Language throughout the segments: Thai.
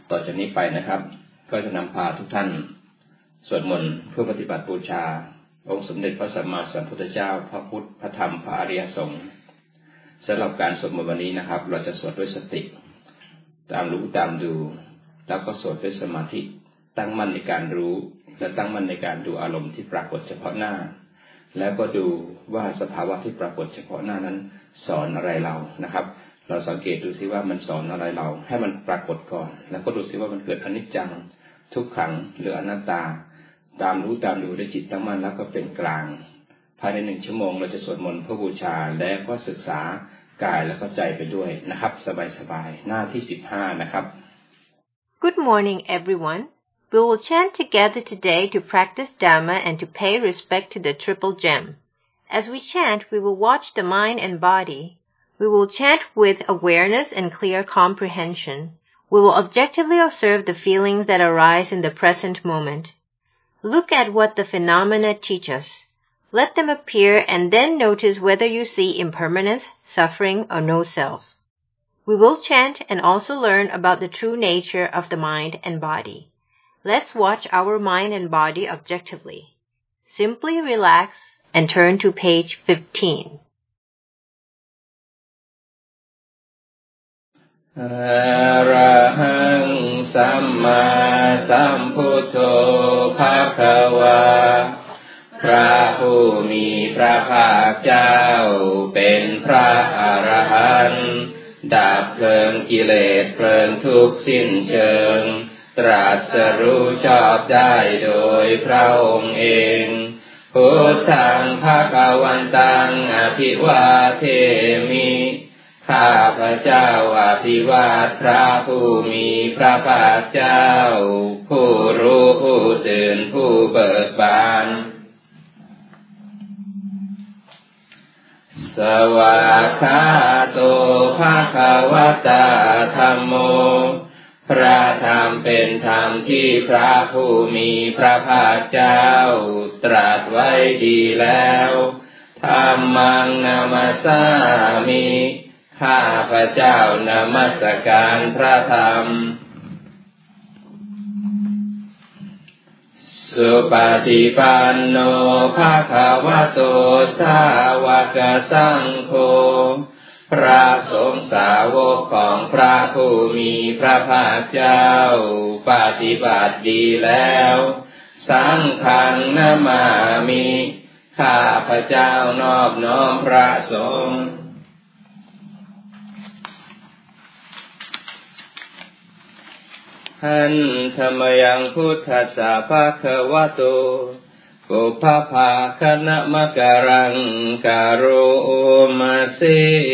ต่อจากนี้ไปนะครับก็จะนำพาทุกท่านสวดมนต์เพื่อปฏิบัติบูชาองค์สมเด็จพระสัมมาสัมพุทธเจ้าพระพุทธพระธรรมพระอริยสงฆ์สำหรับการสวดมนต์วันนี้นะครับเราจะสวดด้วยสติตามรู้ตามดูแล้วก็สวดด้วยสมาธิตั้งมั่นในการรู้และตั้งมั่นในการดูอารมณ์ที่ปรากฏเฉพาะหน้าแล้วก็ดูว่าสภาวะที่ปรากฏเฉพาะหน้านั้นสอนอะไรเรานะครับเราสังเกตดูซิว่ามันสอนอะไรเราให้มันปรากฏก่อนแล้วก็ดูซิว่ามันเกิดอนิจจังทุกขังหรืออนัตตาตามรู้ตามดูด้วยจิตตั้งมั่นแล้วก็เป็นกลางภายใน1 ชั่วโมงเราจะสวดมนต์เพื่อบูชาและก็ศึกษากายและก็ใจไปด้วยนะครับสบายๆหน้าที่15นะครับ Good morning everyone. We will chant together today to practice Dharma and to pay respect to the Triple Gem. As we chant, we will watch the mind and body. We will chant with awareness and clear comprehension. We will objectively observe the feelings that arise in the present moment. Look at what the phenomena teach us. Let them appear and then notice whether you see impermanence, suffering, or no self. We will chant and also learn about the true nature of the mind and body. Let's watch our mind and body objectively. Simply relax and turn to page 15. อะระหังสัมมาสัมพุทโธภควาพระผู้มีพระภาคเจ้าเป็นพระอรหันต์ดับเพลิงกิเลสเพลิงทุกข์สิ้นเชิงตรัสรู้ชอบได้โดยพระองค์เองพุทธังภควันตังอภิวาเทมิข้าพระเจ้าอภิวาทพระผู้มีพระภาคเจ้าผู้รู้ผู้ตื่นผู้เบิกบานสวากขาโตภควตาธัมโมพระธรรมเป็นธรรมที่พระผู้มีพระภาคเจ้าตรัสไว้ดีแล้วธัมมังนามัสสามิข้าพระเจ้านมัสการพระธรรมสุปฏิปันโนภควโตสาวกสังโฆพระสงฆ์สาวกของพระผู้มีพระภาคเจ้าปฏิบัติดีแล้วสังฆังนามามิข้าพระเจ้านอบน้อมพระสงฆ์หันธรรมยังพุทธัสสะภควโตปุพพาคณมะการังการโรมาเส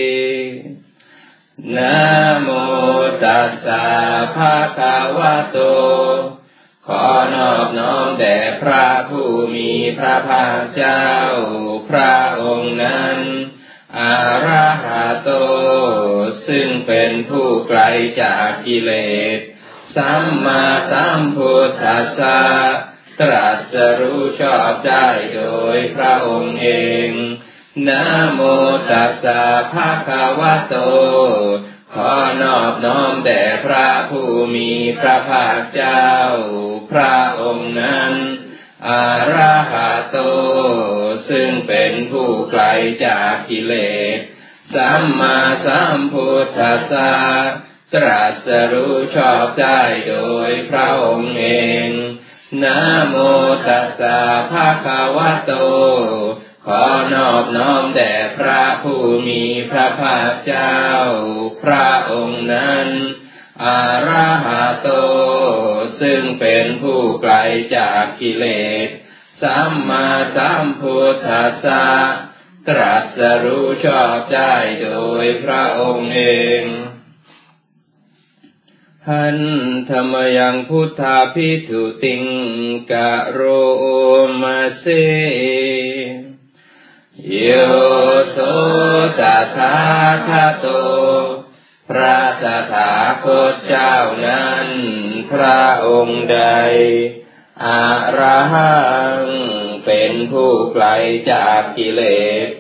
นะโมตัสสะภควโตขอนอบน้อมแด่พระผู้มีพระภาคเจ้าพระองค์นั้นอะระหะโตซึ่งเป็นผู้ไกลจากกิเลสสัมมาสัมพุทธัสสะตรัสรู้ชอบได้โดยพระองค์เองนะโมตัสสะภะคะวะโตขอนอบน้อมแด่พระผู้มีพระภาคเจ้าพระองค์นั้นอะระหะโตซึ่งเป็นผู้ไกลจากกิเลสสัมมาสัมพุทธัสสะตรัสรู้ชอบได้โดยพระองค์เองนะโมตัสสะภะคะวะโตขอนอบน้อมแด่พระผู้มีพระภาคเจ้าพระองค์นั้นอะระหะโตซึ่งเป็นผู้ไกลจากกิเลสสัมมาสัมพุทธัสสะตรัสรู้ชอบได้โดยพระองค์เองหันธรรมยังพุทธาภิกขุติงกะโรมาเสโยโสตถาคโตพระตถาคตเจ้านั้นพระองค์ใดอะระหังเป็นผู้ไกลจากกิเลส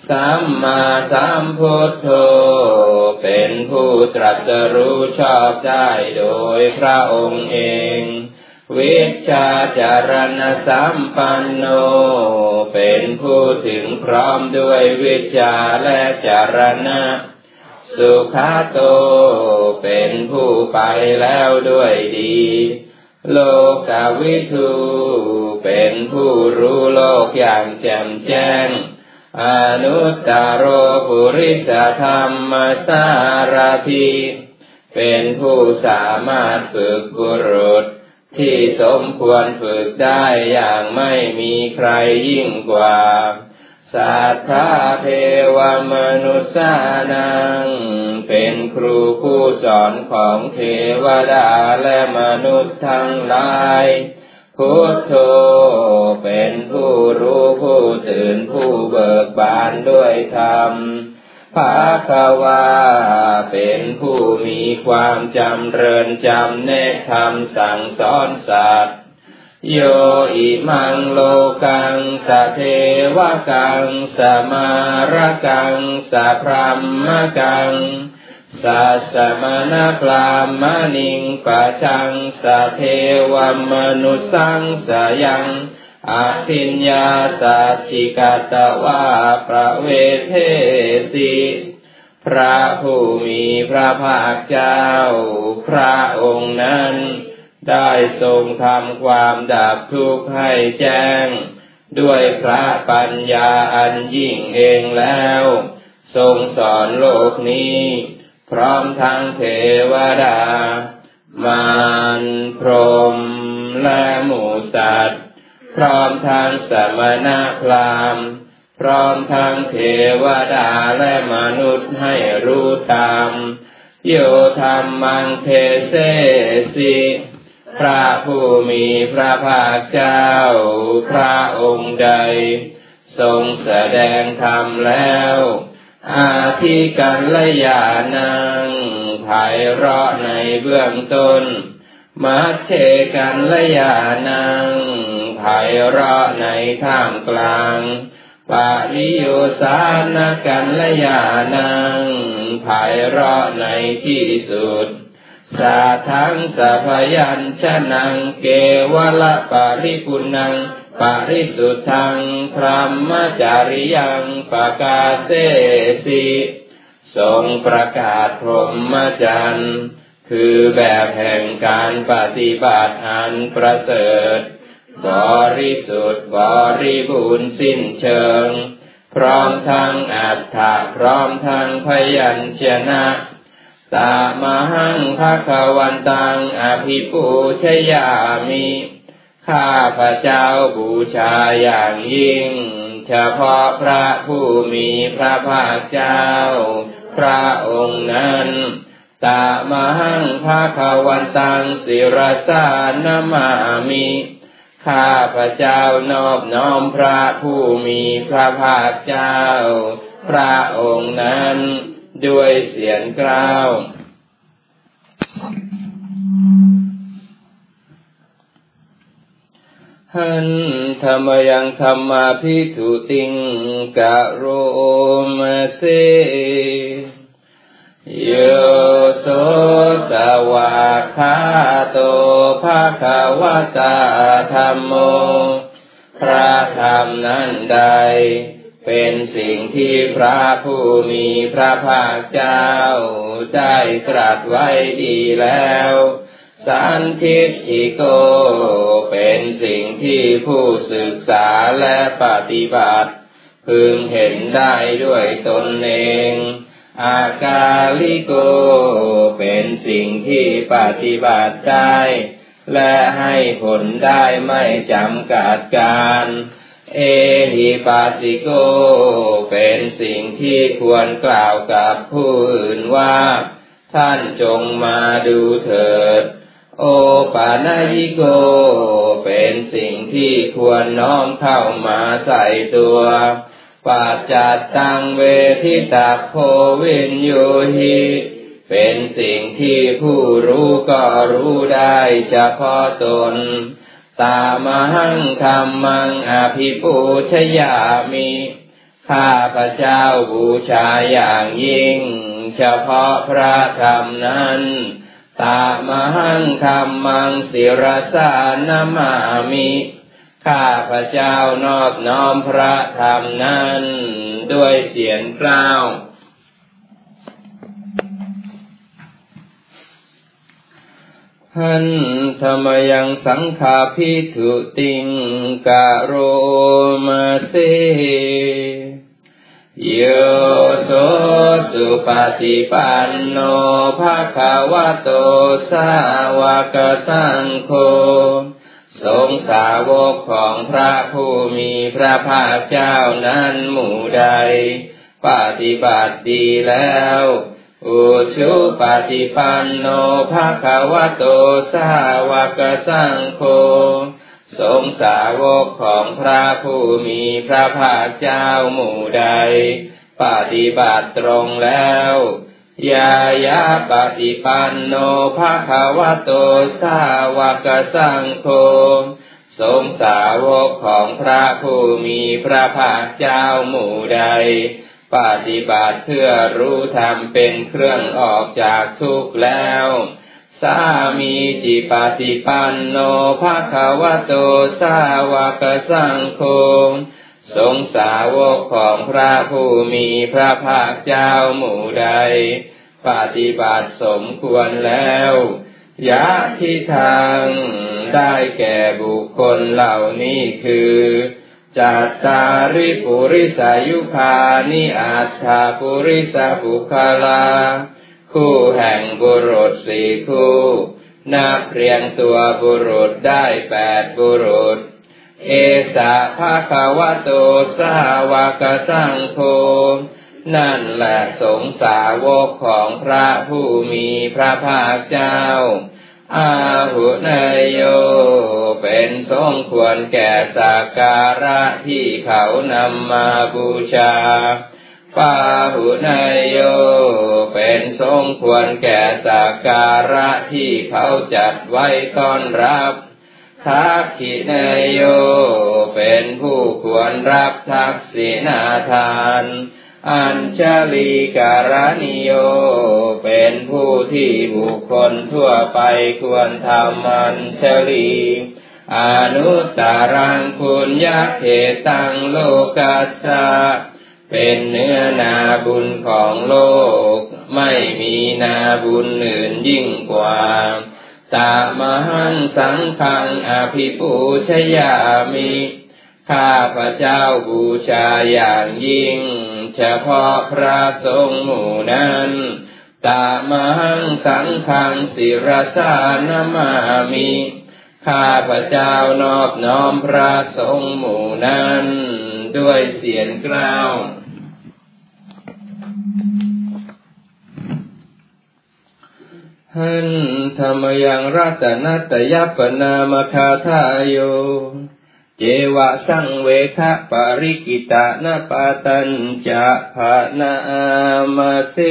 สัมมาสัมพุทโธเป็นผู้ตรัสรู้ชอบได้โดยพระองค์เองวิชชาจารณสัมปันโนเป็นผู้ถึงพร้อมด้วยวิชชาและจารณะสุขโตเป็นผู้ไปแล้วด้วยดีโลกวิทูเป็นผู้รู้โลกอย่างแจ่มแจ้งอนุตตโรปุริสธรรมสารถิเป็นผู้สามารถฝึกบุรุษที่สมควรฝึกได้อย่างไม่มีใครยิ่งกว่าสัทธาเทวมนุษสานังเป็นครูผู้สอนของเทวดาและมนุษย์ทั้งหลายพุทโธเป็นผู้รู้ผู้ตื่นผู้เบิกบานด้วยธรรมภควาเป็นผู้มีความจำเริญจำแนกธรรมสั่งสอนสัตว์โยอิมังโลกังสะเทวกังสมารกังสะพรัมมกังสัสสมณพราหมณิงปัจจังสะเทวมนุสังสยังอภิญญาสัจฉิกตวาประเวเทสิพระผู้มีพระภาคเจ้าพระองค์นั้นได้ทรงทำความดับทุกข์ให้แจ้งด้วยพระปัญญาอันยิ่งเองแล้วทรงสอนโลกนี้พร้อมทั้งเทวดามารพรหมและหมู่สัตว์พร้อมทั้งสมณพราหมณ์พร้อมทั้งเทวดาและมนุษย์ให้รู้ตามโยธรรมังเทเสสิพระผู้มีพระภาคเจ้าพระองค์ใดทรงแสดงธรรมแล้วอาทิกัลยาณังไพเราะในเบื้องต้นมัชเชกัลยาณังไพเราะในท่ามกลางปริโยสานกัลยาณังไพเราะในที่สุดสาทังสัพยัญชนะเกวละปริปุณังปริสุทธังพรหมจาริยังปกาเสสิทรงประกาศพรหมจรรย์คือแบบแห่งการปฏิบัติอันประเสริฐบริสุทธิ์บริบูรณ์สิ้นเชิงพร้อมทั้งอัฏฐะพร้อมทั้งพยัญชนะตามหังภควันตังอภิปูชยามิข้าพระเจ้าบูชาอย่างยิ่งเฉพาะพระผู้มีพระภาคเจ้าพระองค์นั้นตามหังภควันตังศิรสานามามิข้าพระเจ้านอบน้อมพระผู้มีพระภาคเจ้าพระองค์นั้นด้วยเสียงกล่าวหันธรรมยังธรรมาภิทุติงกะโรมเสโยโสสวากขาโตภควตาธัมโมพระธรรมนั้นใดเป็นสิ่งที่พระผู้มีพระภาคเจ้าได้ตรัสไว้ดีแล้วสันทิฏฐิโกเป็นสิ่งที่ผู้ศึกษาและปฏิบัติพึงเห็นได้ด้วยตนเองอากาลิโกเป็นสิ่งที่ปฏิบัติได้และให้ผลได้ไม่จำกัดการเอหิปัสสิโกเป็นสิ่งที่ควรกล่าวกับผู้อื่นว่าท่านจงมาดูเถิดโอปานายิโกเป็นสิ่งที่ควรน้อมเข้ามาใส่ตัวปัจจัตตังเวทิตาโพวินโยหิเป็นสิ่งที่ผู้รู้ก็รู้ได้เฉพาะตนตามหังธัมมังอภิปูชยามิข้าพเจ้าบูชาอย่างยิ่งเฉพาะพระธรรมนั้นตามหังคัมมังศิรสานามามิข้าพเจ้านอบน้อมพระธรรมนั้นด้วยเสียงกล่าวหันธรรมยังสังฆาภิทุติงกะโรมาเสโยโสสุปฏิปันโนภควโตสาวกสังโฆสงฆ์สาวกของพระผู้มีพระภาคเจ้านั้นหมู่ใดปฏิบัติดีแล้วอุชุปฏิปันโนภควโตสาวกสังโฆสงฆ์สาวกของพระผู้มีพระภาคเจ้าหมู่ใดปฏิบัติตรงแล้วยายาปฏิปันโนภควโตสาวกสังโฆสงฆ์สาวกของพระผู้มีพระภาคเจ้าหมู่ใดปฏิบัติเพื่อรู้ธรรมเป็นเครื่องออกจากทุกข์แล้วสามีจิปฏิปันโนภควโตสาวกสังโฆสงฆ์สาวกของพระผู้มีพระภาคเจ้าหมู่ใดปฏิบัติสมควรแล้วยะทิทางได้แก่บุคคลเหล่านี้คือจัตตาริปุริสายุคานิอัตถปุริสบุคลาคู่แห่งบุรุษสี่คู่นับเรียงตัวบุรุษได้8บุรุษเอสะภควโตสาวกสังโฆนั่นแหละสงฆ์สาวกของพระผู้มีพระภาคเจ้าอาหุเนยโยเป็นสมควรแก่สักการะที่เขานำมาบูชาปาหุเนยโยเป็นสมควรแก่สักการะที่เขาจัดไว้ต้อนรับทักขิเนยโยเป็นผู้ควรรับทักษิณาทานอัญชลีการณิโยเป็นผู้ที่บุคคลทั่วไปควรทำอัญชลีอนุตตรังปุญญเขตังโลกัสสะเป็นเนื้อนาบุญของโลกไม่มีนาบุญอื่นยิ่งกว่าตามหังสังฆังอภิปูชยามิข้าพเจ้าบูชาอย่างยิ่งเฉพาะพระสงฆ์หมู่นั้นตามหังสังฆังศิรสานามามิข้าพเจ้านอบน้อมพระสงฆ์หมู่นั้นด้วยเสียงกล่าวหันธรรมยังรัตนัตยัปปนามคาทายโยเจวะสังเวคะปริกิตานาปาตัญจะภานามาเส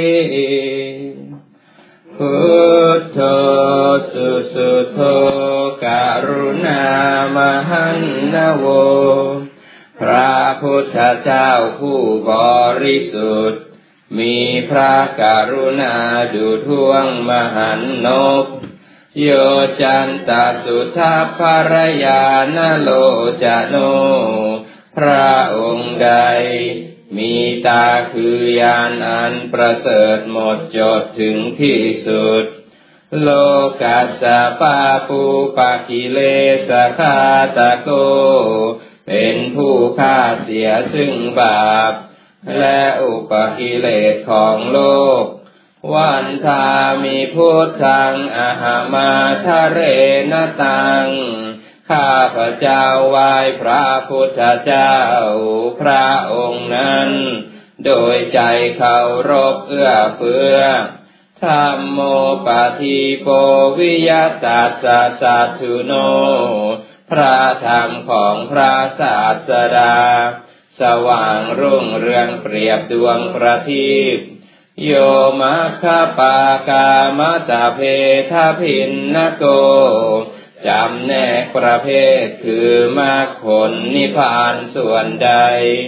พุทโธสุสุโธการุณามหันนะโวพระพุทธเจ้าผู้บริสุทธิ์มีพระกรุณาดุจห้วงมหันนบโยจันตสุทัพพรยานโลจโนพระองค์ใดมีตาคือญาณอันประเสริฐหมดจดถึงที่สุดโลกัสสะปาปูปะกิเลสฆาตโกเป็นผู้ฆ่าเสียซึ่งบาปและอุปกิเลสของโลกวันทามิพุทธังอหามาทะเรนตังข้าพเจ้าไหว้พระพุทธเจ้าพระองค์นั้นโดยใจเคารพเอื้อเฟื้อธัมโมปฏิโปวิยตัสสะสัทธุโนพระธรรมของพระศาสดาสว่างรุ่งเรืองเปรียบดวงประทีปโยมัคคปากามตะเพทพินนโกจำแนกประเภทคือมรรคผลนิพพานส่วนใด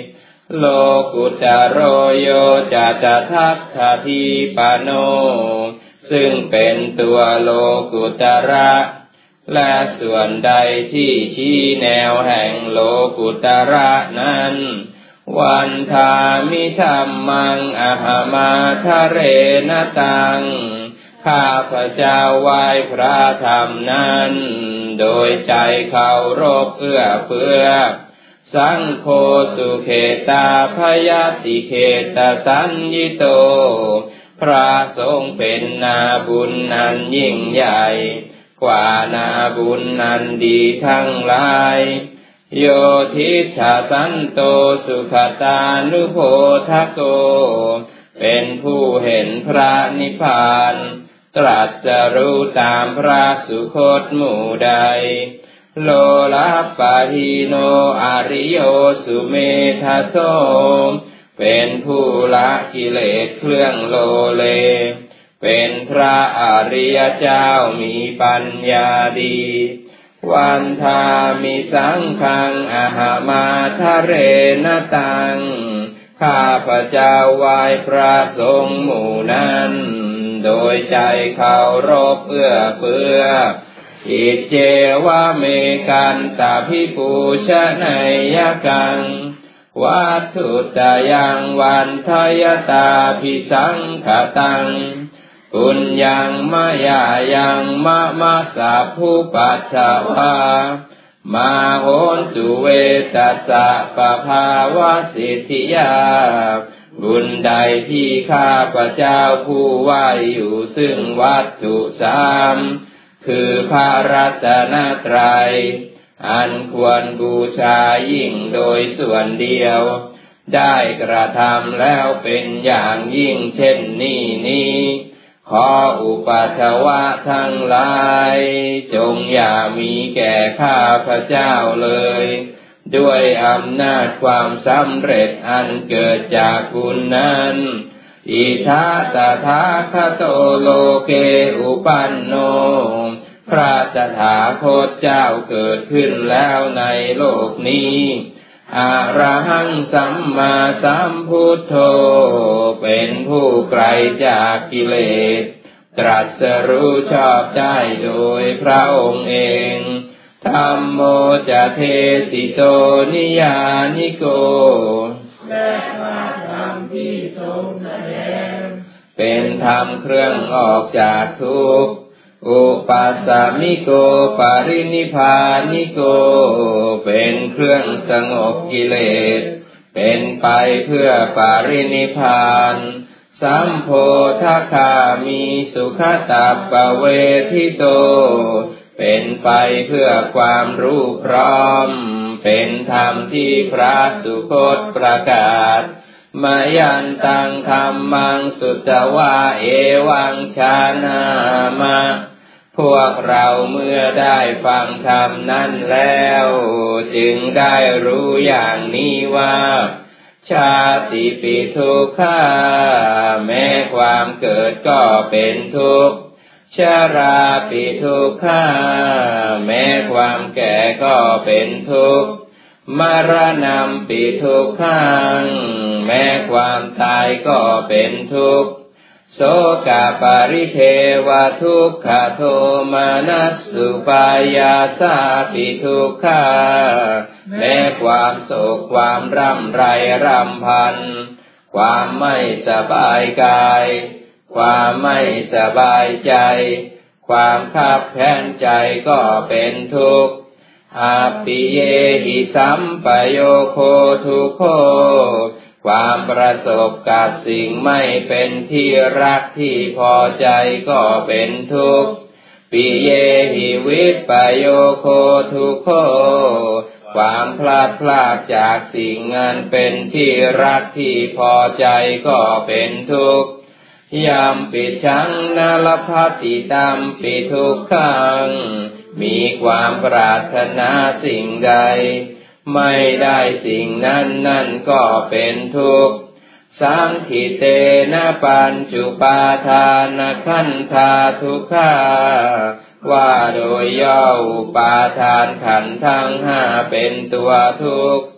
โลกุตโรโยจะทัตถทีปโนซึ่งเป็นตัวโลกุตระและส่วนใดที่ชี้แนวแห่งโลกุตระนั้นวันทามิธัมมังอหมาทะเรนตังข้าพเจ้าไหว้พระธรรมนั้นโดยใจเคารพเอื้อเฟื้อสังโฆสุเขตาพยติเขตสัญญิโตพระสงฆ์เป็นนาบุญนั้นยิ่งใหญ่กว่านาบุญนั้นดีทั้งหลายโยทิฏฐสันโตสุขตานุโพธโกเป็นผู้เห็นพระนิพพานตรัสรู้ตามพระสุคตหมู่ใดโลลัปปะหิโนอริโยสุเมธาโสเป็นผู้ละกิเลสเครื่องโลเลเป็นพระอริยเจ้ามีปัญญาดีวันทามิสังฆังอหมาทะเรนตังข้าพเจ้าไหว้พระสงฆ์หมู่นั้นโดยใจเคารพเอื้อเฟื้ออิเจวะเมกันตาภิปูชนัยยกังวัตถุตยังวันทยตาภิสังขตังปุญญังมายายังมะมะสะภูปัสสวามาโหนตุเวตัสสะปะภาวะสิทธิยาบุญใดที่ข้าพเจ้าผู้ไหว้อยู่ซึ่งวัตถุสามคือพระรัตนตรัยอันควรบูชายิ่งโดยส่วนเดียวได้กระทำแล้วเป็นอย่างยิ่งเช่นนี้ขออุปัฏฐวะทั้งหลายจงอย่ามีแก่ข้าพเจ้าเลยด้วยอำนาจความสำเร็จอันเกิดจากบุญนั้นอิทัสสะทาคโตโลเกอุปันโนพระตถาคตเจ้าเกิดขึ้นแล้วในโลกนี้อรหังสัมมาสัมพุทโธเป็นผู้ไกลจากกิเลสตรัสรู้ชอบได้โดยพระองค์เองธัมโมจะเทสิโตนิยานิโกและพระธรรมที่ทรงแสดงเป็นธรรมเครื่องออกจากทุกข์อุปัสสมิโกปรินิพพานิโกเป็นเครื่องสงบกิเลสเป็นไปเพื่อปรินิพพานสัมโพธคามีสุขตัปปเวทิโตเป็นไปเพื่อความรู้พร้อมเป็นธรรมที่พระสุคตประกาศมายันตังธัมมังสุตตวาเอวังชานามะพวกเราเมื่อได้ฟังธรรมนั้นแล้วจึงได้รู้อย่างนี้ว่าชาติปิทุกขาแม้ความเกิดก็เป็นทุกข์ชราปิทุกขาแม้ความแก่ก็เป็นทุกข์มรณะปิทุกขังแม้ความตายก็เป็นทุกข์โสกปริเทวทุกขโทมานัสสุปายาสาปิทุกขาแม้ความโศกความร่ำไรรำพันความไม่สบายกายความไม่สบายใจความคับแค้นใจก็เป็นทุกข์อาปิเยหิสัมปโยโคทุกโขความประสบกับสิ่งไม่เป็นที่รักที่พอใจก็เป็นทุกข์ปิเยหิวิปปโยโคทุกโขความพลาดพลาดจากสิ่งอันเป็นที่รักที่พอใจก็เป็นทุกข์ยามปิชังนาลภัตติตัมปิทุกขังมีความปรารถนาสิ่งใดไม่ได้สิ่งนั้นนั่นก็เป็นทุกข์สังขิเตนะปัญจุปาทานขันธาทุกขาว่าโดยย่ออุปาทานขันธ์ทั้งห้าเป็นตัวทุกข์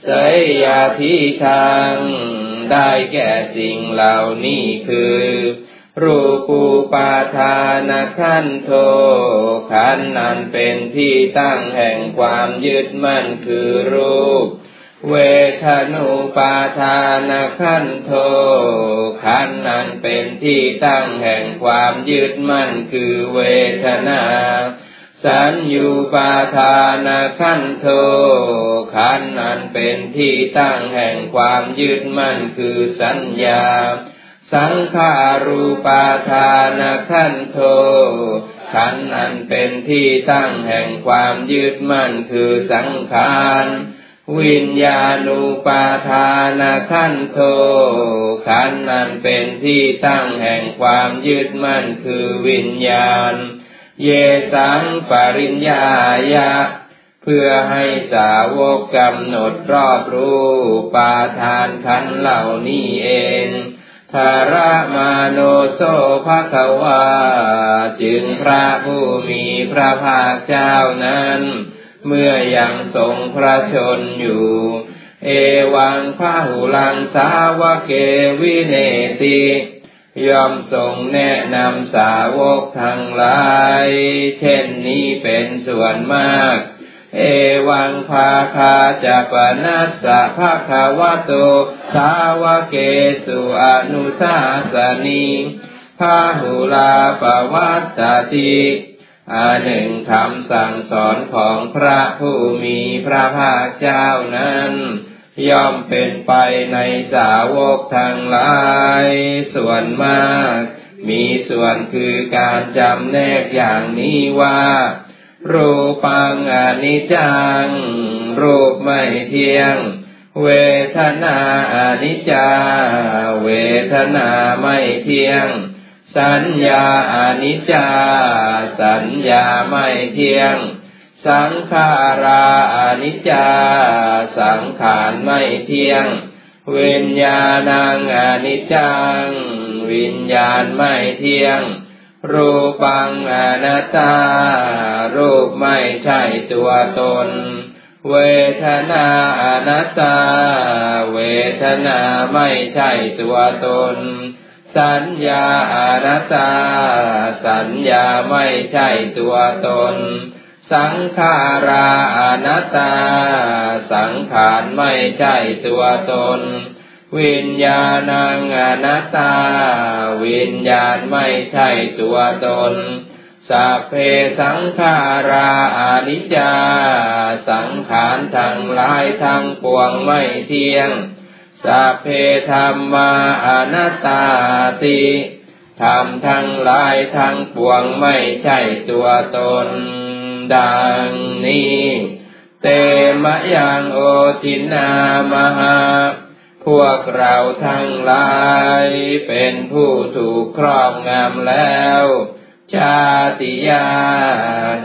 ไสยทิทางได้แก่สิ่งเหล่านี้คือรูปูปาทานขันโธขันธ์นั้นเป็นที่ตั้งแห่งความยึดมั่นคือรูปเวทนูปาทานขันโธขันธ์นั้นเป็นที่ตั้งแห่งความยึดมั่นคือเวทนาสัญญูปาทานขันโธขันธ์นั้นเป็นที่ตั้งแห่งความยึดมั่นคือสัญญาสังขารูปาทานขันโธขันธ์นั้นเป็นที่ตั้งแห่งความยึดมั่นคือสังขารวิญญาณูปาทานขันโธขันธ์นั้นเป็นที่ตั้งแห่งความยึดมั่นคือวิญญาณเยสังปริญญายะเพื่อให้สาวกกำหนดรอบรู้ปาทานขันธ์เหล่านี้เองธารมาโนโสภควาจึงพระผู้มีพระภาคเจ้านั้นเมื่อยังทรงพระชนอยู่เอวังพหุลังสาวเกวิเนติย่อมทรงแนะนำสาวกทั้งหลายเช่นนี้เป็นส่วนมากเอวังภาคาจะปนัสสะภควโตสาวเกสุอนุสาสนีพหุลาปวัตติอันหนึ่งคำสั่งสอนของพระผู้มีพระภาคเจ้านั้นย่อมเป็นไปในสาวกทั้งหลายส่วนมากมีส่วนคือการจำแนกอย่างนี้ว่ารูปังอนิจจังรูปไม่เที่ยงเวทนาอนิจจาเวทนาไม่เที่ยงสัญญาอนิจจาสัญญาไม่เที่ยงสังขาราอนิจจาสังขารไม่เที่ยงวิญญาณังอนิจจังวิญญาณไม่เที่ยงรูปังอนัตตารูปไม่ใช่ตัวตนเวทนาอนัตตาเวทนาไม่ใช่ตัวตนสัญญาอนัตตาสัญญาไม่ใช่ตัวตนสังขาราอนัตตาสังขารไม่ใช่ตัวตนวิญญาณังอนัตตาวิญญาณไม่ใช่ตัวตนสัพเพสังขาราอนิจจาสังขารทั้งหลายทั้งปวงไม่เที่ยงสัพเพธัมมาอนัตตาติธรรมทั้งหลายทั้งปวงไม่ใช่ตัวตนดังนี้เตมะยังโอทินามหาพวกเราทั้งหลายเป็นผู้ถูกครอบงำแล้วชาติญาณ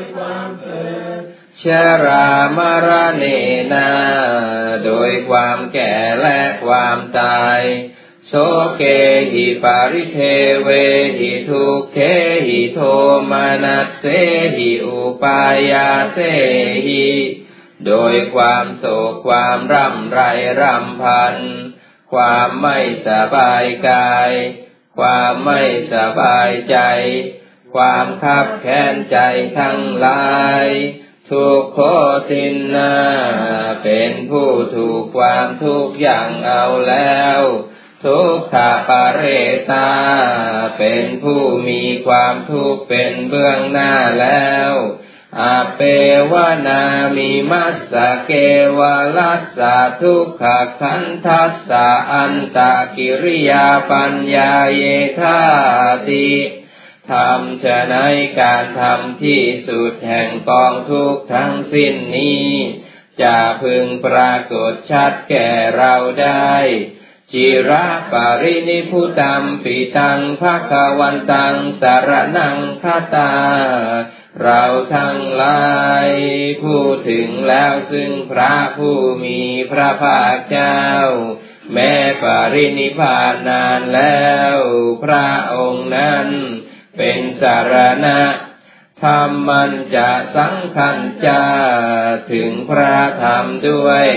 ชรามรณะนาโดยความแก่และความตายโสเกหิปาริเทเวหิทุกเขหิโทมานัสเสหิอุปายาเสหิโดยความโศกความร่ำไรรำพันความไม่สบายกายความไม่สบายใจความคับแค้นใจทั้งหลายทุกโขตินนาเป็นผู้ถูกความทุกข์อย่างเอาแล้วทุกขปาเรตาเป็นผู้มีความทุกข์เป็นเบื้องหน้าแล้วอาเปวนามิมัสสะเกวลัสสะทุกขขันธัสสะอันตกิริยาปัญญาเยธาติทำฉะนั้นการทำที่สุดแห่งกองทุกข์ทั้งสิ้นนี้จะพึงปรากฏชัดแก่เราได้จิระปารินิพพุตัมปิตังภควันตังสรณังคตาเราทั้งหลายพูดถึงแล้วซึ่งพระผู้มีพระภาคเจ้าแม้ปรินิพพานนานแล้วพระองค์นั้นเป็นสรณะธรรมันจะสังคัญจาถึงพระธรรมด้วย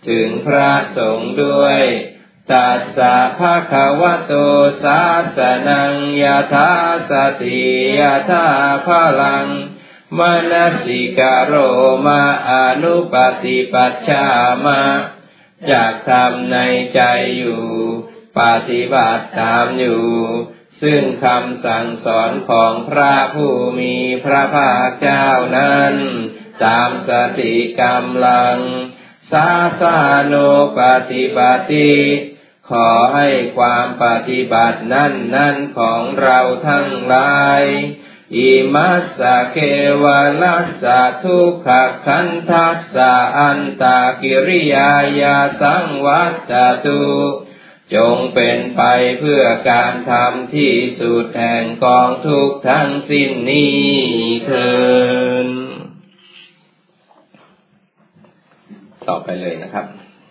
ถึงพระสงฆ์ด้วยตัสสะภะคะวะโตสาสนังยะถาสติยะถาพลังมนสิกโรมาอนุปฏิปัชฌามะจากทำในใจอยู่ปฏิบัติตามอยู่ซึ่งคำสั่งสอนของพระผู้มีพระภาคเจ้านั้นตามสติกำลังสาสาโนปฏิบัติขอให้ความปฏิบัตินั้นของเราทั้งหลายอิมัสสะเกวลัสสะทุกขขันธัสสะอันตกิริยายาสังวัตตุจงเป็นไปเพื่อการทำที่สุดแห่งกองทุกข์ทั้งสิ้นนี้เถิดต่อไปเลยนะครับ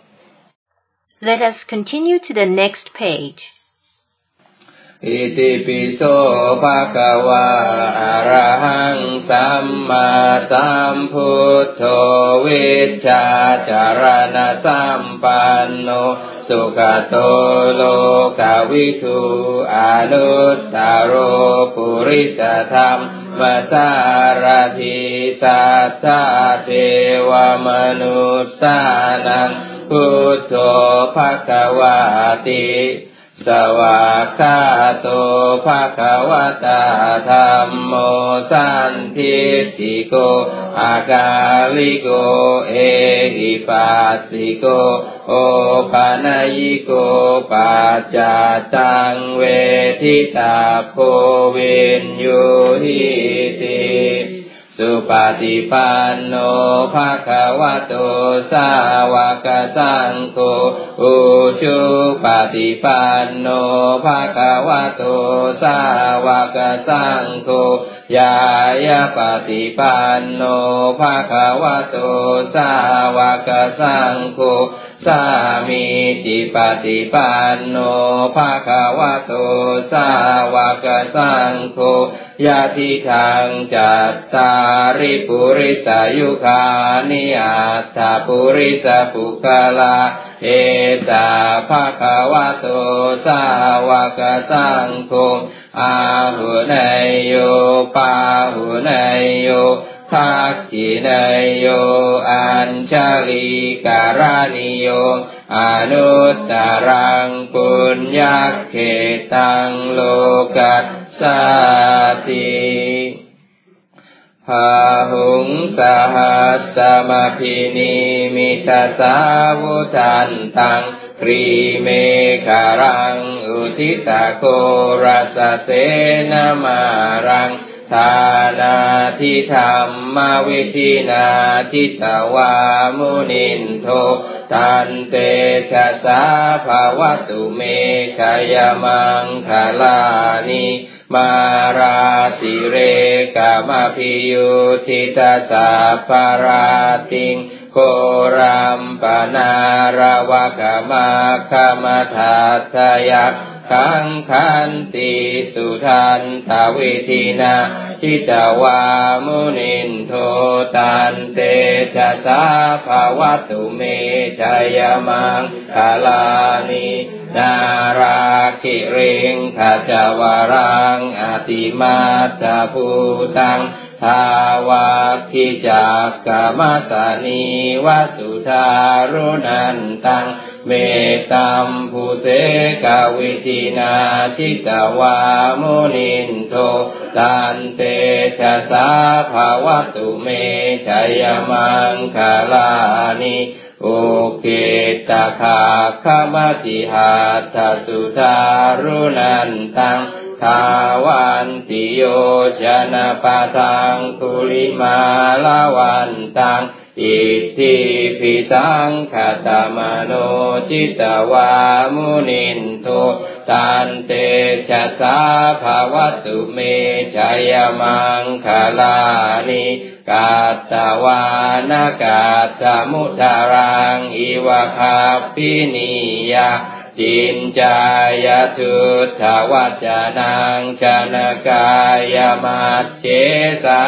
Let us continue to the next page. อิติปิโสภะคะวะอะระหังสัมมาสัมพุทโธวิชชาจารณะสัมปันโนสุขโตโลกวิทูอนุตตโรปุริสธรรมสารถิสัทธาเทวมนุสสานังพุทโธภคะวะติสวากขาโตภะคะวะตาธัมโมสันทิฏฐิโกอากาลิโกเอหิปัสสิโกโอปานายิโกปัจจตังเวทิตาโพวินยูหิติสุปฏิปันโนภะคะวะโตสาวกสังโฆอุชุปฏิปันโนภะคะวะโตสาวกสังโฆยายาปฏิปันโนภะคะวะโตสาวกสังโฆสามีจิปฏิปันโนภะคะวะโตสาวกสังโฆญาติทังจัตตาริปุริสายุคานิอัตถปุริสปุคลาเอสาภะคะวะโตสาวกสังโฆอาหุเนยโยปาหุเนยโยทักขิเนยโยอัญชลีการานิโยอนุตตรังปุญญเขตังโลกัสสติพาหุงสหัสสมพินิมิตสาวุทันตังครีเมฆารังอุทิตาโครัสเสนมารังทานาทิธรรมวิธินาทิตวามุนินโทตันเตชะสาภวตุเมขยมังคลานิมาราสิเรกามพิยุทิตาสาภราติงโครัมปนารวกมาคมทัตยักขังขันติสุทันตวิธินาชิตวามุนินโทตันเตชะสาภวตุเมชยมังคลานินาราคิริงขจวรังอติมาตาภูตังทาวาคิจักกมัสสนิวสุธารุนันตังเมตัมภูเสกวิธินาชิตวามุนินโทตันเตชะสาภวตุเมชยมังคลานิโอเกตคาคมติหัตถสุธารุนันตังทาวันติโยชนะปะทังกุลิมาลาวันตังอิทธิปิสังคตมโนจิตวามุนินโทตันเตชะสาภวตุเมชยมังคลานิกาตวานากาตมุทารังอิวะคาปินิยาจินจายทุตถวัจจนังชนกายมัจเจสัน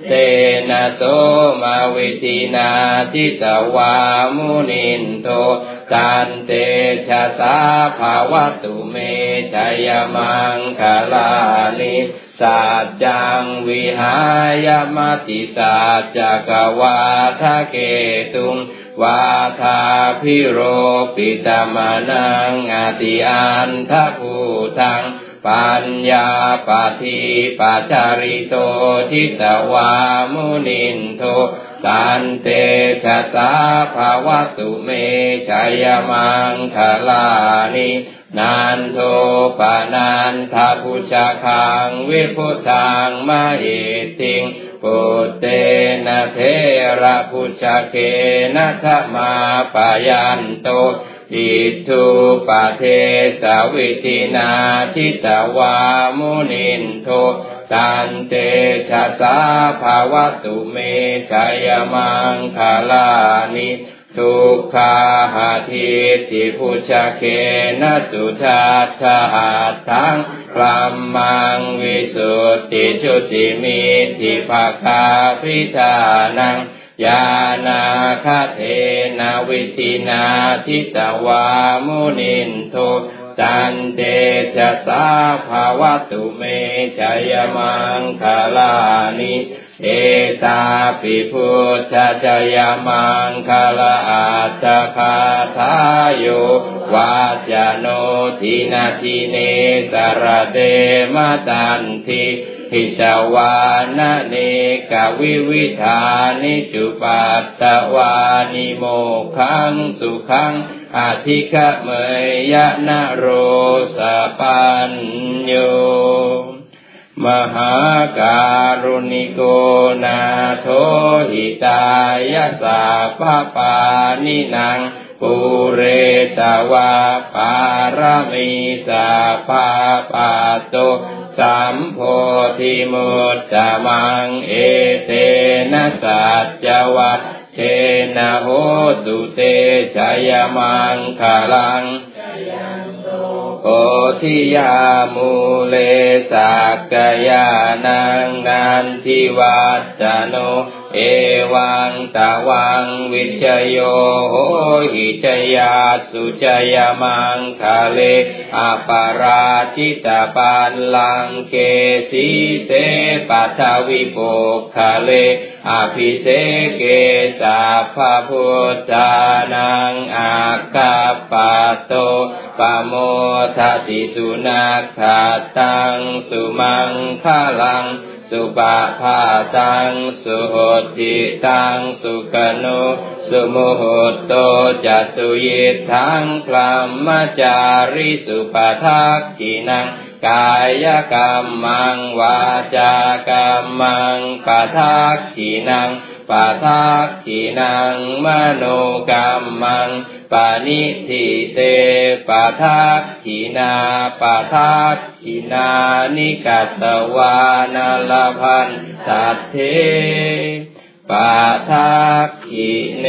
เตนะโสมาวิธินาทิตวามุนินโทตันเตชะสาภาวตุเมชัยมังคลานิสัจจังวิหายมติสัจจกวาทะเกตุงวาทาพิโรปิตมนังอติอันทภูทังปัญญาปฏิปัจจาริโตทิตวามุนินโทตันเตชะสาภาวตุเมชัยมังคลานินันโทปานันทพุชาคังวิพุทังมะเหติงปุตเตนะเทระพุชาเคนะทะมาปายันโตอิทุปะเทสวิธินาทิตวามุนินโทตันเตชะสาภาวตุเมชัยมังคลานิทุกขาหาทิติพุชเคนะสุทัสสะทังพรัมมังวิสุทธิจุติมิทธิภคาภิธานังญาณาคเทนะวิธินาทิตวามุนินโทตันเตชะสาภาวตุเมชัยมังคลานิเอตาปิพุทธจยมังคลาอัตถคาทายโยวาจโนทินาทิเนสระเดมตันทิหิตวานะเนกวิวิธานิจุปัตตวานิโมขังสุขังอธิฆะเมยะนะโรสปัญโยมหาการุณิโกนาโถหิตายะสาภปานินังปุเรตวาปารมีสาภาปาโตสัมโพธิมุตตมังเอเตนะสัจจวัตเชนะโหตุเตชัยมังคลังโพธิยามูเลสักกายานังนันทิวัตตโนเอวังตะวังวิจโยโหหิจยาสุจยมังคาเลอปาราชิตาปันลังเกสีเสปัทวิโภคาเลอภิเสเกสาภพุทธานังอาคัปปะโตปโมทติสุนัขขาตังสุมังคลังสุปาภาตังสุโหติตังสุกนุสุโมโหโตจัสุยิทังพรหมจาริสุปทักขินังกายกรรมังวาจากรรมังปทักขินังปทักขินังมโนกรรมังปานิทิเตปทักขินาปทักขินานิกัตตวานาลพันสัทเทปทักขิเน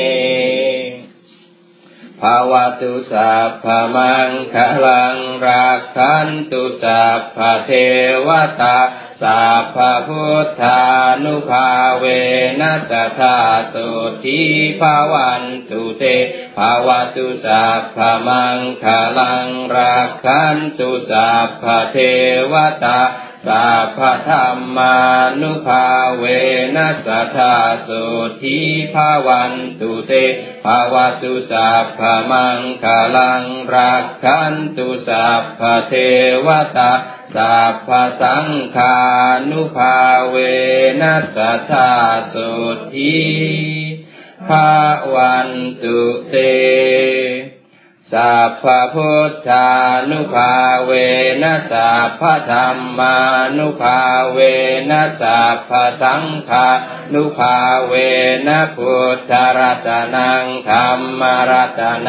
ภาวตุสัพพมังคลังรักขันตุสัพพเทวตาสัพพพุทธานุภาเวนัสสทธาสุทิภาวันตุเตภาวตุสัพพมังคลังรักขันตุสัพพเทวตาสัพพธรรมานุภาเวนัสสทธาสุทิภาวันตุเตภาวตุสัพพมังคลังรักขันตุสัพพเทวตาสัพพสังฆานุภาเวนัสสทธาสุทิภาวันตุเตสัพพพุทธานุภาเวนะสัพพธัมมานุภาเวนะสัพพสังฆานุภาเวนะพุทธรัตนังธัมมรัตนัง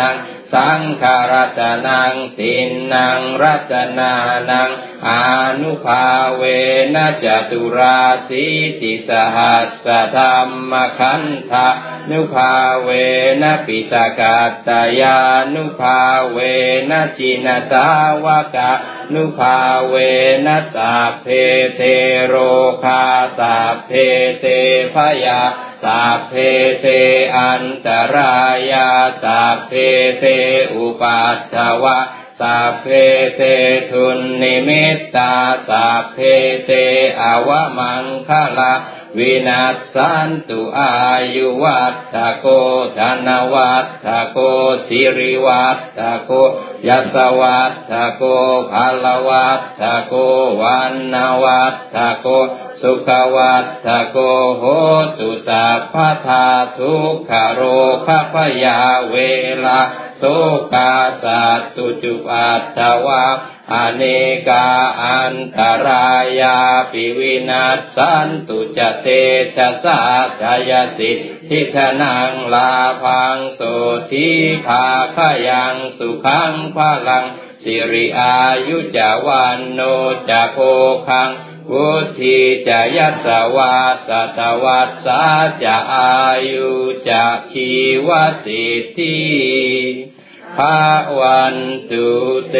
สังฆรัตนังตินนังรัตนานังอนุภาเวนะจตุราสีติสหัสสะธัมมขันธานุภาเวนะปิตกัตตยานุภาเวนะจินสาวกานุภาเวนะสัพเพเทโรคาสัพเพเทพยาสัพเพเทอันตรายาสัพเพเทอุปัฏฐวะสัพเพเททุนนิมิตตาสัพเพเทอวมังคลาวินัสสันตุอายุวัฏฐโกธนวัฏฐโกสิริวัฏฐโกยสวัฏฐโกภลวัฏฐโกวันนวัฏฐโกสุขวัฏฐโกโหตุสัพพทาทุกขโรคพยาเวลาโสกาสัตตุจุปัฏฐวะอเนกาอันตรายาปิวินัสสันตุจเตชะสาจายสิทธิธนังลาภังโสทิภาคยังสุขังพลังสิริอายุจวันโนจะโกคังวุฒิจะยัสสวาสัตวัสสะจะอายุจะชีวสิทธิภาวันตุเต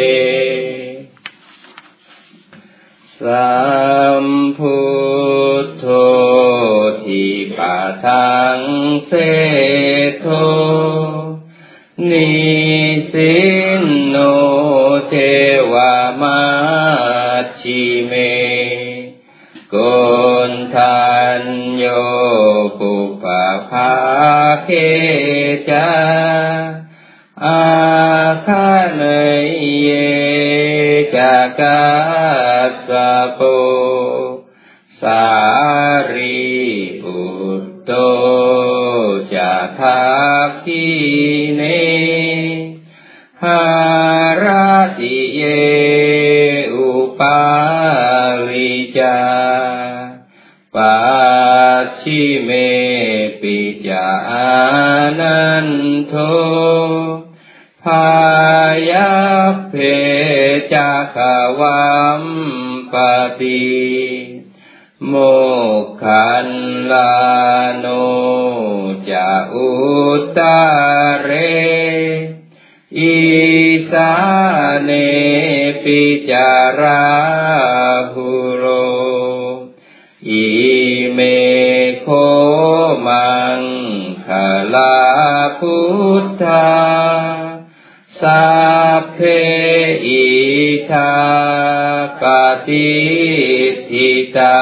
สัมพุทโธทิปะทังเสโธนิสินโนเทวมัชชิเมโกณทัญโยปุปภาเขจาอาคาเนเยจากัสสะโปสารีปุตโตจะทัพพิเนหาราติเยอุปาลิจาปัจฉิเมปิจานันโทพายาเพจักวัมปติโมกขันลาโนจะอุตตะเรอิสาเนปิจาราหุโรอิเมโคมังคลาพุทธาสัพเพอิทาปฏิทิตา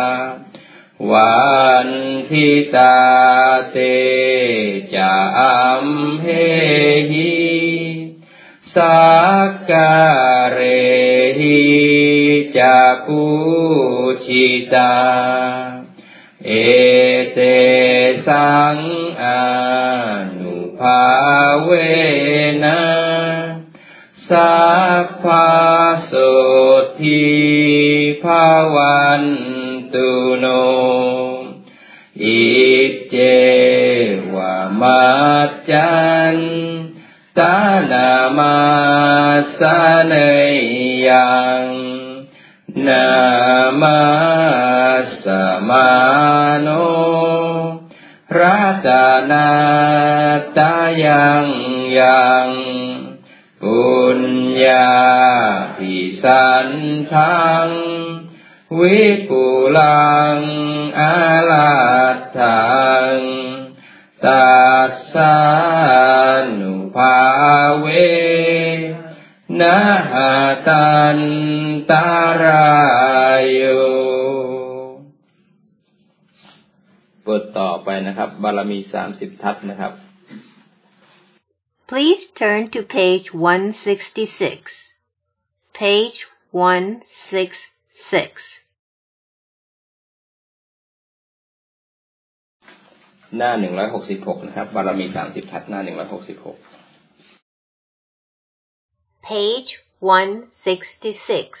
วันทิตาเตจะอัมเหหิสักการเหิจะปูชิตาเอเตสังอานุภาเวนะสัพพะโสทิภาวันตุโนอิเจวะมัจจันตานามาสเนยังนามาสมาโนรัตนาตายังยังปุญญาภิสันทังวิปุลังอาลัตถังตัสสะนุภาเวนะหะตันตารายโยบทต่อไปนะครับบารมี30ทัศนะครับ Please turn to page 166. Page 166. หน้า166นะครับบารมี30ทัศหน้า166 Page 166.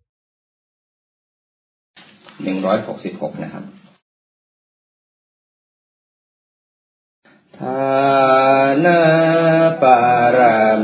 166นะครับทานาปารา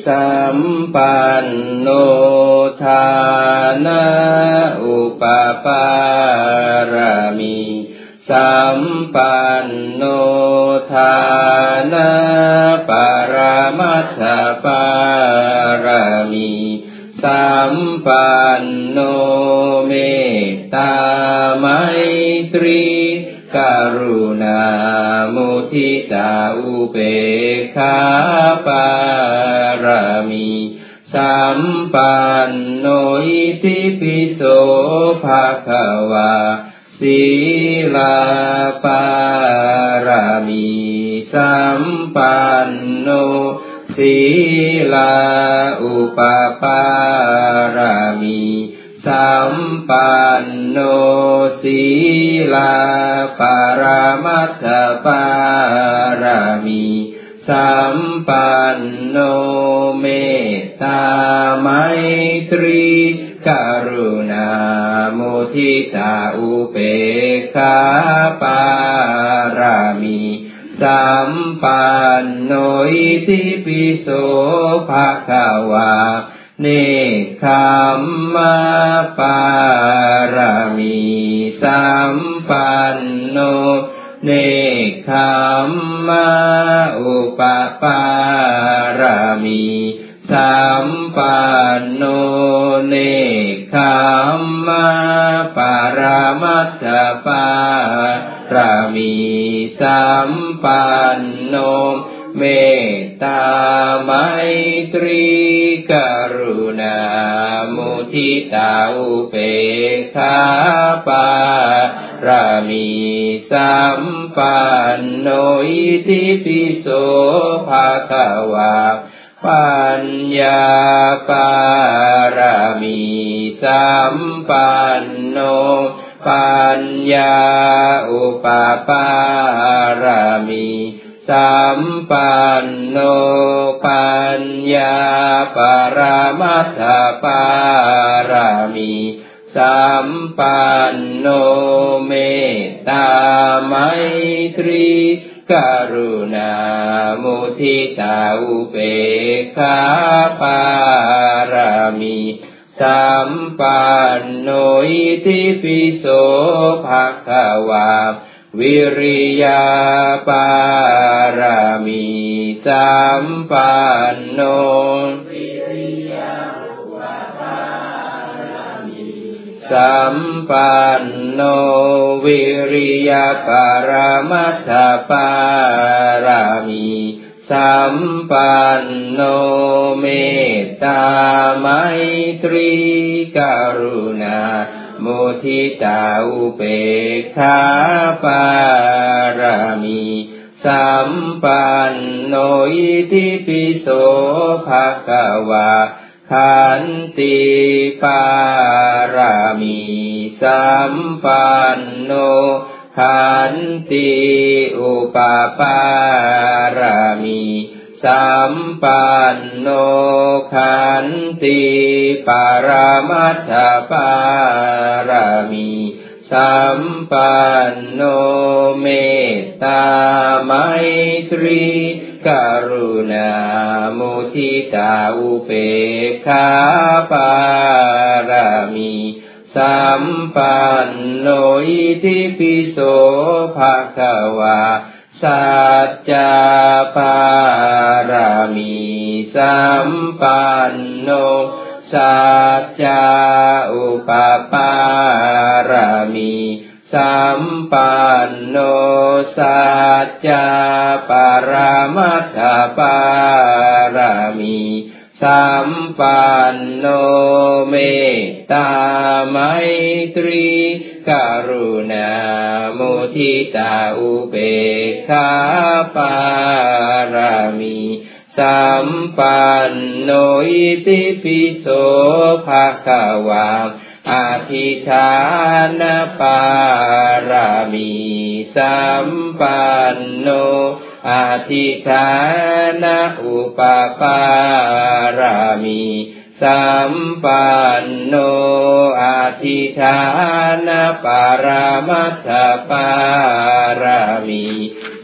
สัมปันโนทานะอุปปารมีสัมปันโนทานะปรมัตถปารมีสัมปันโนเมตตาไมตรีกรุณามุทิตาอุเบกขาปารมีสัมปันโนอิติปิโสภะคะวาศีลาปารมีสัมปันโนศีลาอุปปารมีสัมปันโนศีลาปรมัตถปารมีสัมปันโนเมตตาไมตรีกรุณามุทิตาอุเบกขาปารมีสัมปันโนอิติปิโสภะคะวาเนกขัมมะปารมีสัมปันโนเนกขัมมะอุปปารมีสัมปันโนเนกขัมมะปรมัตถปารมีสัมปันโนเมตตาไมตรีกรุณามุทิตาอุเบกขาปารมีสัมปันโนอิติปิโสภะคะวาปัญญาปารมีสัมปันโนปัญญาอุปปารมีสัมปันโนปัญญาปรมัตถปารมีสัมปันโนเมตตาไมตรีกรุณามุทิตาอุเบกขาปารมีสัมปันโนอิติปิโสภะคะวาวิริยาปารมีสัมปันโนวิริยาอุปปารมีสัมปันโนวิริยาปรมัตถปารมีสัมปันโนเมตตาไมตรีกรุณามุทิตาอุเบกขาปารมีสัมปันโนอิติปิโสภะคะวาขันติปารมีสัมปันโนขันติอุปปารมีสัมปันโนขันติปรมัตถปารมีสัมปันโนเมตตาไมตรีกรุณามุทิตาอุเบกขาปารมีสัมปันโนอิติปิโสภะคะวาสัจจะปารมีสัมปันโนสัจจะอุปปารมีสัมปันโนสัจจะปรมัตถปารมีสัมปันโนเมตตาไมตรีกรุณามุทิตาอุเบกขาปารมีสัมปันโนอิติปิโสภะคะวาอธิฐานปารมีสัมปันโนอธิฐานอุปปารมีสัมปันโนอธิฐานปรมัตถปารมี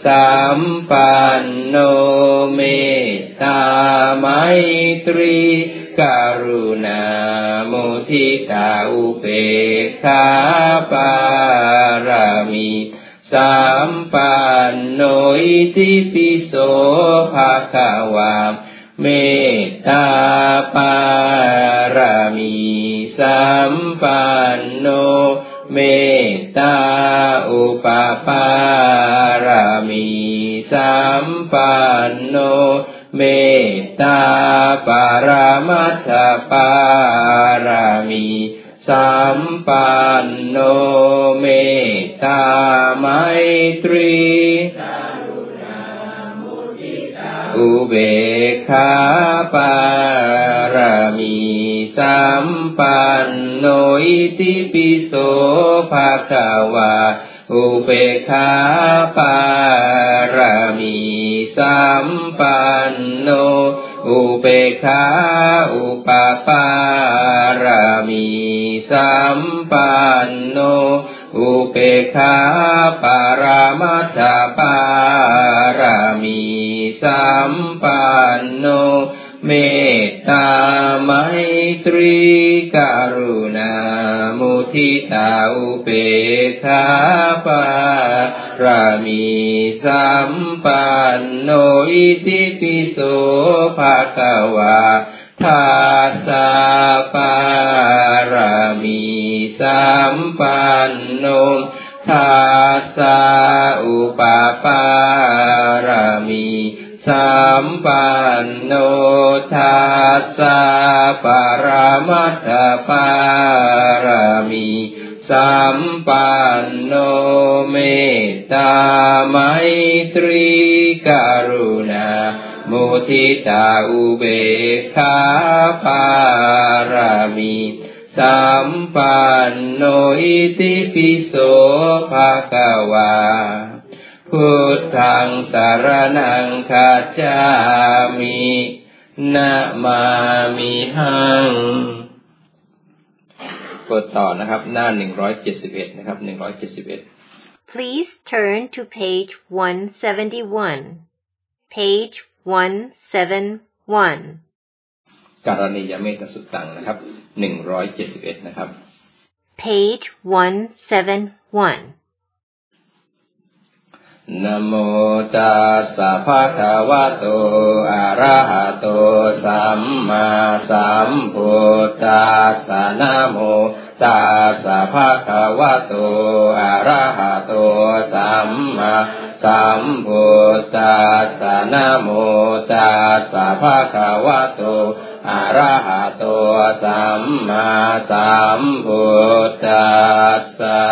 สัมปันโนเมตตาไมตรีกรุณามุทิตาอุเบกขาปารามิสัมปันโนอิติปิโสภะคะวะเมตตาปารามิสัมปันโนเมตตาอุปปารามิสัมปันโนเมตตาปรมัตถปารามิสัมปันโนเมตตาไมตรีอุเบกขาปารามิสัมปันโนอิติปิโสภะคะวะอุเบกขาปารามิสัมปันโนอุเบกขาอุปปารามิสัมปันโนอุเบกขาปรมัตถปารามิสัมปันโนเมตตาไมตรีกรุณามุทิตาอุเบกขาปารามิสัมปันโนอิติปิโสภะคะวะทัสสะปารามิสัมปันโนทัสสะอุปปารามิสัมปันโนทัสสะปรมัตถปารามิสัมปันโนเมตตาไมตรีกรุณามุทิตาอุเบกขาปารามิสัมปันโนอิติปิโสภะคะวะพุทธังสรณังคัจฉามินะมามิหังกดต่อนะครับหน้า171นะครับ171 Please turn to page 171. Page 171. การณียเมตสุตตังนะครับ171นะครับ Page 171. นะโมตัสสะภะคะวะโตอะระหะโตสัมมาสัมพุทธัสสะนะโมตัสสะภะคะวะโตอะระหะโตสัมมาสัมพุทธัสสะนะโมตัสสะภะคะวะโตอะระหะโตสัมมาสัมพุทธัสสะ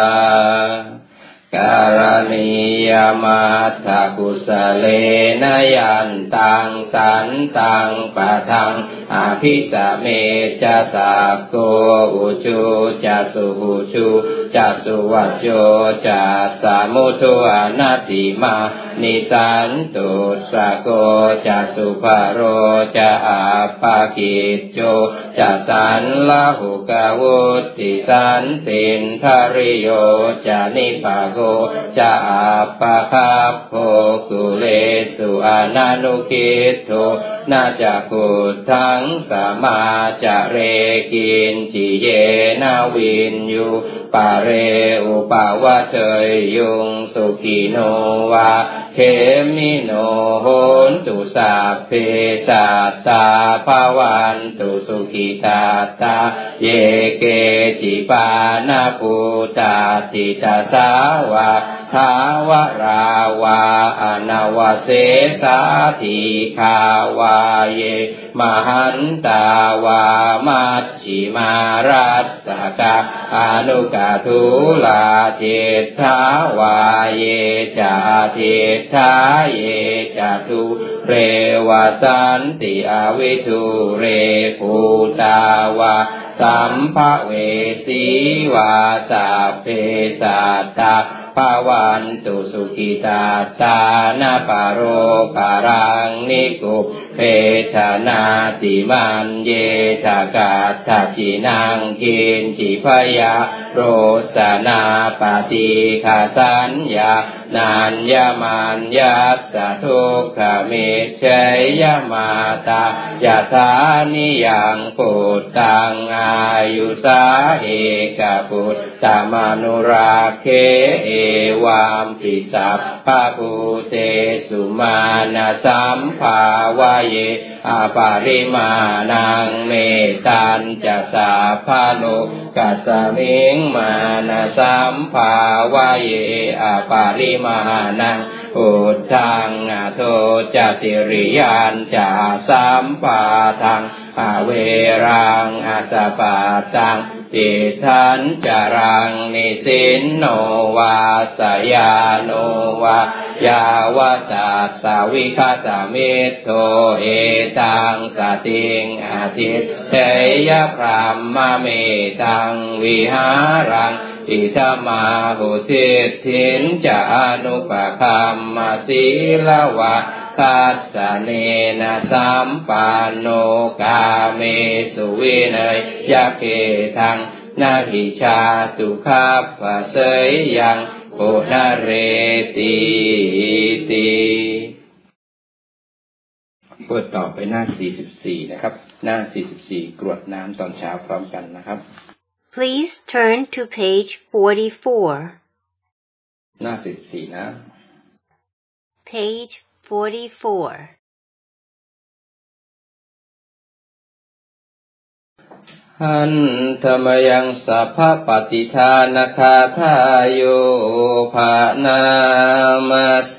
การณียมัตถกุสเลนยันตังสันตังปะทังอภิสเมจะสัพโกอุจุจะสุหุจุจะสุวัจโจจะสามุทุอนัตติมานิสันตุสะโกจะสุภโรจะอาปากิจโจจะสันลหุกวุติสันตินทริโยจะนิปาโกจะอาปะคัพโพกุเลสุอนันุกิตโตนาจะกุทังสมาจะเรกินจิเยนาวินยูปะเรอุปาวะเทยยุงสุขิโนวาเขมิโนโหนตุสัพเพสัตตาภวันตุสุขิตาตาเยเกจิปานาภูตาติตาสาวะทาวราวาอนาวเสสาธิคาวาเยมหันตาวามัชฌิมารัสสกะอนุกาทุลาเทธาวาเยจาเทธาเยจตุเรวสันติอวิทุเรภูตาวาสสัมภเวสีวาสัพเพสัตตาภวันตุสุขิตาตานาปโรปารังนิกุเพทนาติมันเยทากาทัจินังกินจิพยาโรสนาปฏิฆาสัญญานัญญมัญญัสสะทุกขเมเชยมาตายะถานิยังปุตตังอายุสาเอกปุตตมนุราเคเอวามปิสัพพะภูเตสุมานะสัมภาวะเยอปาริมาณังเมตัญจะสาภาโลกัสสมิงมานะสัมภาวะเยอปาริมาณังพุทธังอโทจติริยัญจะสัมปาทังอเวรังอสปาตังติทันจารังนิสินโนวาสยาโนวายาวตัสสวิคตมิตโตเอตังสติงอาทิตเตยพรหมเมตังวิหารังอิทมาหุทิทินจะอนุปคัมมาศีลวะคัสสเนนะสัมปันโนกาเมสุวินัยยะเกทังนาหิชาตุขัพพะเสยยังโอนะเรติติพูดต่อไปหน้า44นะครับหน้า44กรวดน้ำตอนเช้าพร้อมกันนะครับ Please turn to page 44. หน้า44นะ Page 44. หันธรรมยังสัพพปฏิทานาคาทาโยภานามาเส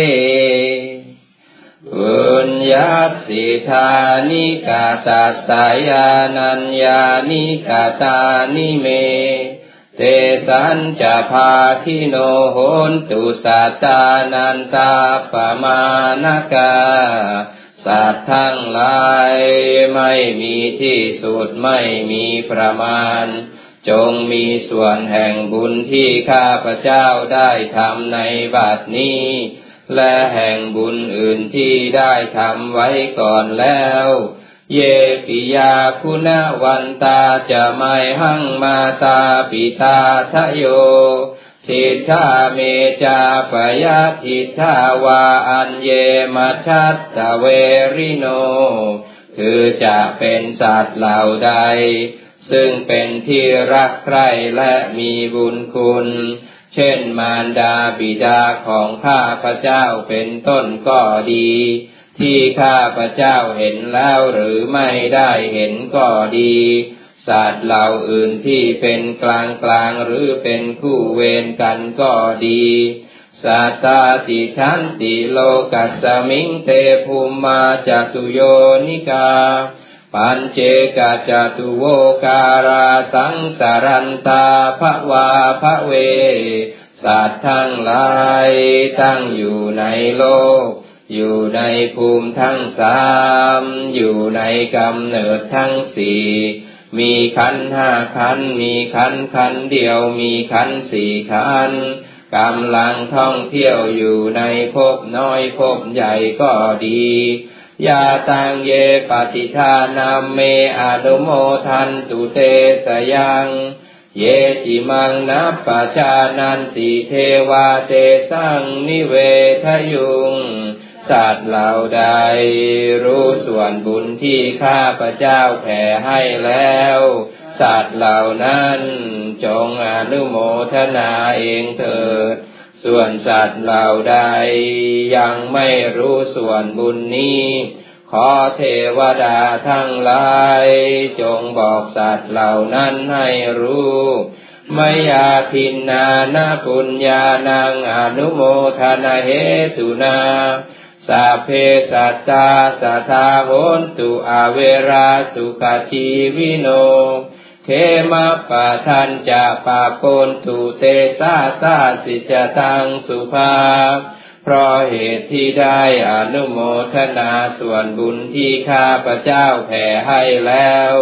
ปุญญาสิทานิกาตาสายานัญญานิกาตานิเมเตสัญจภาคิโนโหนตุสัตตานันตาปมานกาสัตว์ทั้งหลายไม่มีที่สุดไม่มีประมาณจงมีส่วนแห่งบุญที่ข้าพเจ้าได้ทำในบัดนี้และแห่งบุญอื่นที่ได้ทำไว้ก่อนแล้วเยปิยาคุณวันตาจะไม่หังมาตาปิตาทะโยทิฏฐาเมจาปยาทิฏฐาวาอัญเยมัชชัตตเวริโนคือจะเป็นสัตว์เหล่าใดซึ่งเป็นที่รักใคร่และมีบุญคุณเช่นมารดาบิดาของข้าพเจ้าเป็นต้นก็ดีที่ข้าพเจ้าเห็นแล้วหรือไม่ได้เห็นก็ดีสัตว์เหล่าอื่นที่เป็นกลางหรือเป็นคู่เวรกันก็ดีสัตตาติทันติโลกัสสมิงเตภูมาจตุโยนิกาปัญเจกจตุโวการาสังสารันตาภวาภเวสัตว์ทั้งหลายตั้งอยู่ในโลกอยู่ในภูมิทั้งสามอยู่ในกำเนิดทั้งสี่มีขันธ์5ขันธ์มีขันธ์เดียวมีขันธ์4ขันธ์กำลังท่องเที่ยวอยู่ในภพน้อยภพใหญ่ก็ดียาตังเยปฏิทานัมเมอนุโมทันตุเตสยังเยจิมังนัปปชานันติเทวาเตสังนิเวทยุงสัตว์เหล่าใดรู้ส่วนบุญที่ข้าพเจ้าแผ่ให้แล้วสัตว์เหล่านั้นจงอนุโมทนาเองเถิดส่วนสัตว์เหล่าใดยังไม่รู้ส่วนบุญนี้ขอเทวดาทั้งหลายจงบอกสัตว์เหล่านั้นให้รู้มยาทินนานาปุญญานังอนุโมทนาเหตุนาสัพเพสัตตาสัทธาโหนตุอเวราสุขชีวิโนเขมปะทันจะปะปนตุเตสาสาสิจตังสุภาเพราะเหตุที่ได้อนุโมทนาส่วนบุญที่ข้าพเจ้าแผ่ให้แล้ว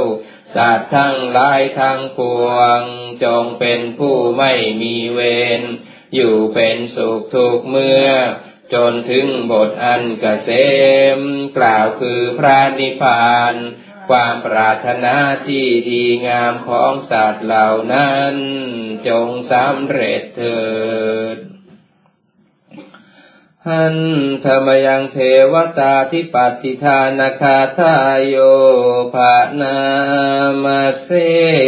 สัตว์ทั้งหลายทั้งปวงจงเป็นผู้ไม่มีเวรอยู่เป็นสุขทุกเมื่อจนถึงบทอันเกษมกล่าวคือพระนิพพานความปรารถนาที่ดีงามของสัตว์เหล่านั้นจงสำเร็จเถิดหันธรรมยังเทวตาทิปฏิทานาคาทายโยภานามาเส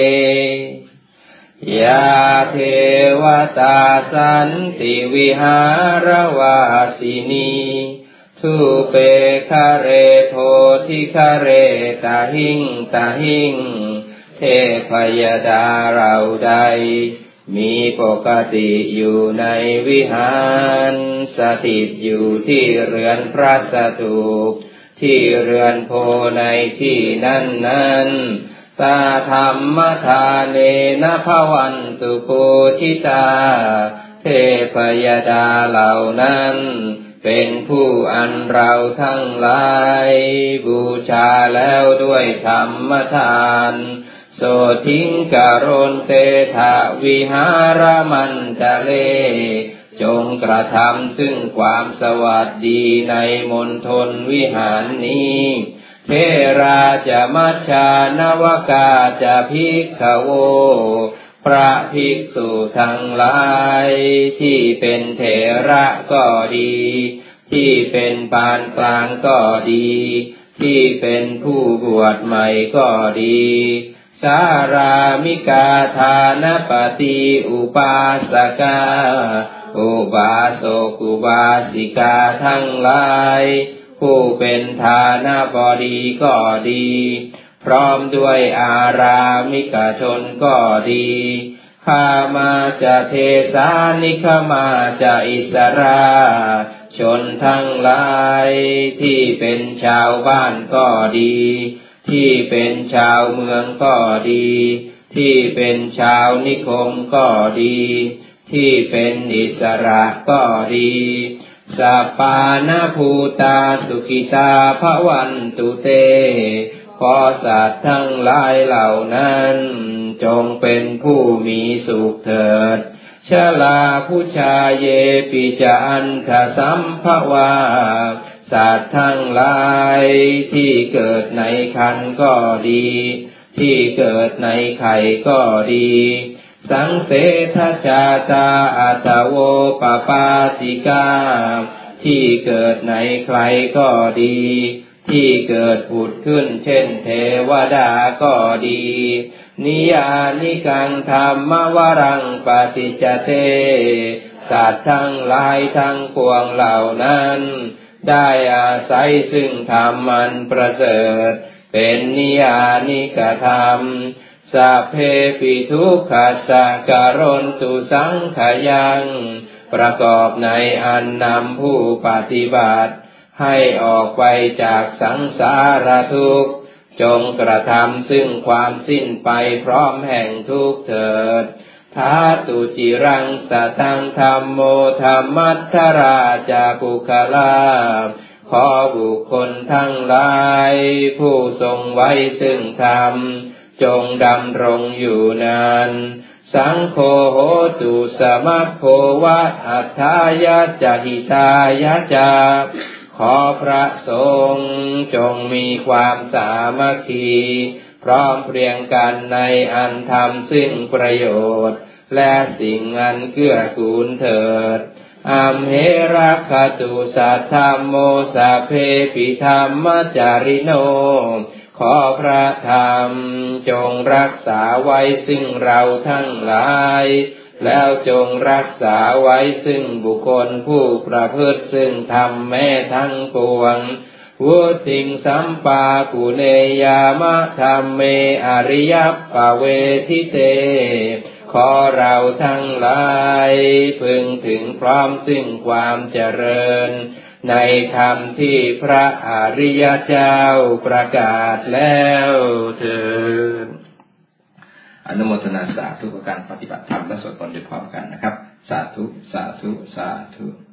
ยาเทวตาสันติวิหารวาสินีทุเปคะเรโพธิคะเรตาหิงตาหิงเทพยดาเราใดมีปกติอยู่ในวิหารสถิตอยู่ที่เรือนพระสถูปที่เรือนโพในที่นั้นตาธรรมทานเนนะภวันตุปูชิตาเทพยดาเหล่านั้นเป็นผู้อันเราทั้งหลายบูชาแล้วด้วยธรรมทานโสทิงกโรนเตถะวิหารมันตะเลจงกระทำซึ่งความสวัสดีในมณฑลวิหารนี้เทราจะมัชฌานวกาจะภิกขโวพระภิกษุทั้งหลายที่เป็นเถระก็ดีที่เป็นปานกลางก็ดีที่เป็นผู้บวชใหม่ก็ดีสารามิกาทานปฏิอุปาสกาอุบาสกอุบาสิกาทั้งหลายผู้เป็นทานาบดีก็ดีพร้อมด้วยอารามิกชนก็ดีข้ามาจะเทสานิคมาจะอิสราชนทั้งหลายที่เป็นชาวบ้านก็ดีที่เป็นชาวเมืองก็ดีที่เป็นชาวนิคมก็ดีที่เป็นอิสระก็ดีสัพพานะภูตาสุขิตาภวันตุเตขอสัตว์ทั้งหลายเหล่านั้นจงเป็นผู้มีสุขเถิดชลาผู้ชาเยปิจะอันทสัมภวาสัตว์ทั้งหลายที่เกิดในครรภ์ก็ดีที่เกิดในไข่ก็ดีสังเสทชาตาอัตโวปปาติกาที่เกิดในใครก็ดีที่เกิดผุดขึ้นเช่นเทวดาก็ดีนิยานิกังธรรมวรังปฏิจเตสัตว์ทั้งหลายทั้งปวงเหล่านั้นได้อาศัยซึ่งธรรมอันประเสริฐเป็นนิยานิกธรรมสัพเพปิทุกขัสสะกโรนตุสังขยังประกอบในอันนำผู้ปฏิบัติให้ออกไปจากสังสารทุกข์จงกระทำซึ่งความสิ้นไปพร้อมแห่งทุกข์เถิดทาตุจิรังสตังธัมโมธัมมัทธราจาปุคลาขอบุคคลทั้งหลายผู้ทรงไว้ซึ่งธรรมจงดำรงอยู่นานสังโฆโหตุสมัคโควะอัฏฐายะจหิตายะจาขอพระสงฆ์จงมีความสามัคคีพร้อมเพรียงกันในอันธรรมซึ่งประโยชน์และสิ่งอันเกื้อกูลเถิดอัมเหรัคตุสัทธัมโมสัพเพปิธัมมจาริโนขอพระธรรมจงรักษาไว้ซึ่งเราทั้งหลายแล้วจงรักษาไว้ซึ่งบุคคลผู้ประพฤติซึ่งธรรมแม้ทั้งปวงวุติงสัมปาปุเนยามะธัมเมอริยปเวทิเตขอเราทั้งหลายพึงถึงพร้อมซึ่งความเจริญในธรรมที่พระอริยเจ้าประกาศแล้วเถิดอนุโมทนาสาธุกับการปฏิบัติธรรมและสวดมนต์ด้วยพร้อมกันนะครับสาธุสาธุสาธุ